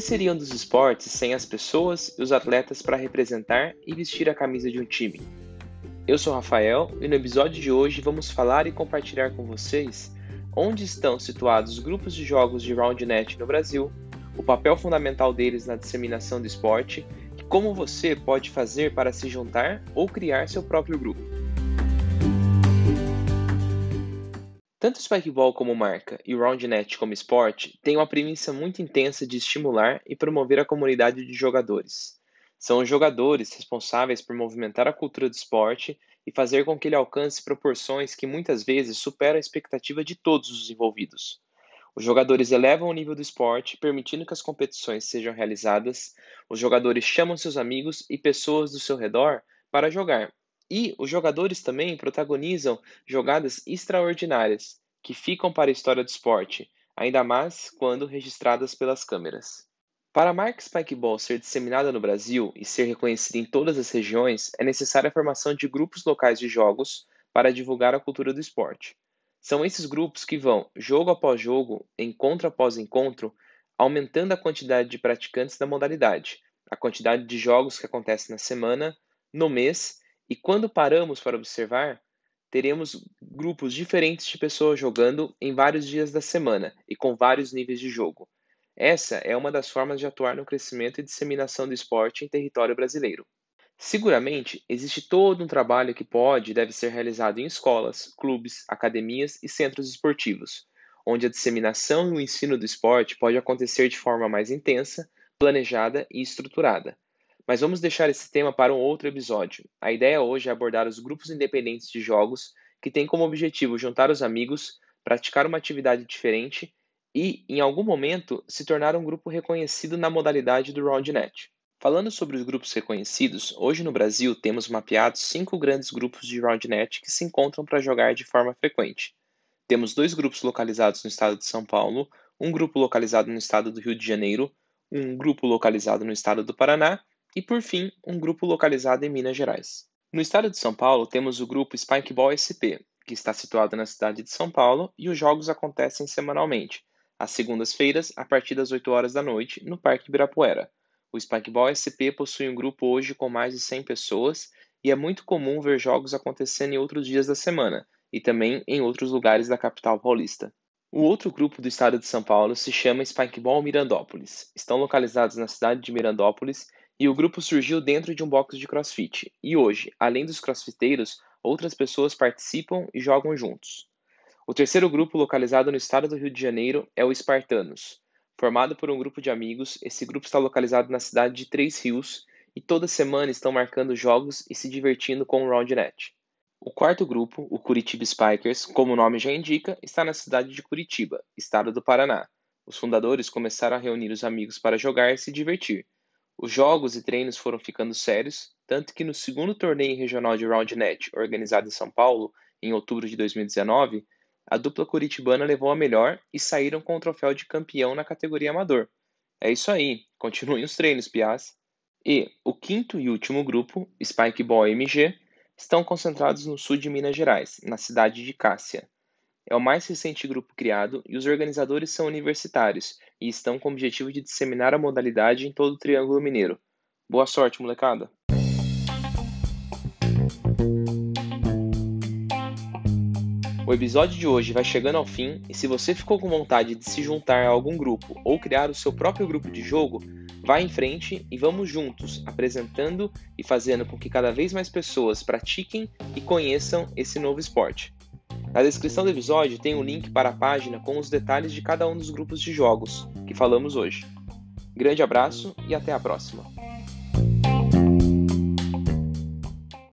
seria um dos esportes sem as pessoas e os atletas para representar e vestir a camisa de um time? Eu sou o Rafael e no episódio de hoje vamos falar e compartilhar com vocês onde estão situados os grupos de jogos de RoundNet no Brasil, o papel fundamental deles na disseminação do esporte e como você pode fazer para se juntar ou criar seu próprio grupo. Tanto o Spikeball como marca e o RoundNet como esporte têm uma premissa muito intensa de estimular e promover a comunidade de jogadores. São os jogadores responsáveis por movimentar a cultura do esporte e fazer com que ele alcance proporções que muitas vezes superam a expectativa de todos os envolvidos. Os jogadores elevam o nível do esporte, permitindo que as competições sejam realizadas, os jogadores chamam seus amigos e pessoas do seu redor para jogar. E os jogadores também protagonizam jogadas extraordinárias, que ficam para a história do esporte, ainda mais quando registradas pelas câmeras. Para a marca Spikeball ser disseminada no Brasil e ser reconhecida em todas as regiões, é necessária a formação de grupos locais de jogos para divulgar a cultura do esporte. São esses grupos que vão, jogo após jogo, encontro após encontro, aumentando a quantidade de praticantes da modalidade, a quantidade de jogos que acontecem na semana, no mês, e quando paramos para observar, teremos grupos diferentes de pessoas jogando em vários dias da semana e com vários níveis de jogo. Essa é uma das formas de atuar no crescimento e disseminação do esporte em território brasileiro. Seguramente, existe todo um trabalho que pode e deve ser realizado em escolas, clubes, academias e centros esportivos, onde a disseminação e o ensino do esporte pode acontecer de forma mais intensa, planejada e estruturada. Mas vamos deixar esse tema para um outro episódio. A ideia hoje é abordar os grupos independentes de jogos que têm como objetivo juntar os amigos, praticar uma atividade diferente e, em algum momento, se tornar um grupo reconhecido na modalidade do RoundNet. Falando sobre os grupos reconhecidos, hoje no Brasil temos mapeados 5 grandes grupos de RoundNet que se encontram para jogar de forma frequente. Temos 2 grupos localizados no estado de São Paulo, um grupo localizado no estado do Rio de Janeiro, um grupo localizado no estado do Paraná e, por fim, um grupo localizado em Minas Gerais. No estado de São Paulo, temos o grupo Spikeball SP, que está situado na cidade de São Paulo, e os jogos acontecem semanalmente, às segundas-feiras, a partir das 8 horas da noite, no Parque Ibirapuera. O Spikeball SP possui um grupo hoje com mais de 100 pessoas e é muito comum ver jogos acontecendo em outros dias da semana e também em outros lugares da capital paulista. O outro grupo do estado de São Paulo se chama Spikeball Mirandópolis. Estão localizados na cidade de Mirandópolis e o grupo surgiu dentro de um box de CrossFit. E hoje, além dos crossfiteiros, outras pessoas participam e jogam juntos. O terceiro grupo, localizado no estado do Rio de Janeiro, é o Espartanos. Formado por um grupo de amigos, esse grupo está localizado na cidade de Três Rios e toda semana estão marcando jogos e se divertindo com o RoundNet. O quarto grupo, o Curitiba Spikers, como o nome já indica, está na cidade de Curitiba, estado do Paraná. Os fundadores começaram a reunir os amigos para jogar e se divertir. Os jogos e treinos foram ficando sérios, tanto que no segundo torneio regional de RoundNet, organizado em São Paulo, em outubro de 2019, a dupla curitibana levou a melhor e saíram com o troféu de campeão na categoria amador. É isso aí, continuem os treinos, piás. E o quinto e último grupo, Spikeball MG, estão concentrados no sul de Minas Gerais, na cidade de Cássia. É o mais recente grupo criado e os organizadores são universitários e estão com o objetivo de disseminar a modalidade em todo o Triângulo Mineiro. Boa sorte, molecada! O episódio de hoje vai chegando ao fim e se você ficou com vontade de se juntar a algum grupo ou criar o seu próprio grupo de jogo, vá em frente e vamos juntos, apresentando e fazendo com que cada vez mais pessoas pratiquem e conheçam esse novo esporte. Na descrição do episódio tem um link para a página com os detalhes de cada um dos grupos de jogos que falamos hoje. Grande abraço e até a próxima!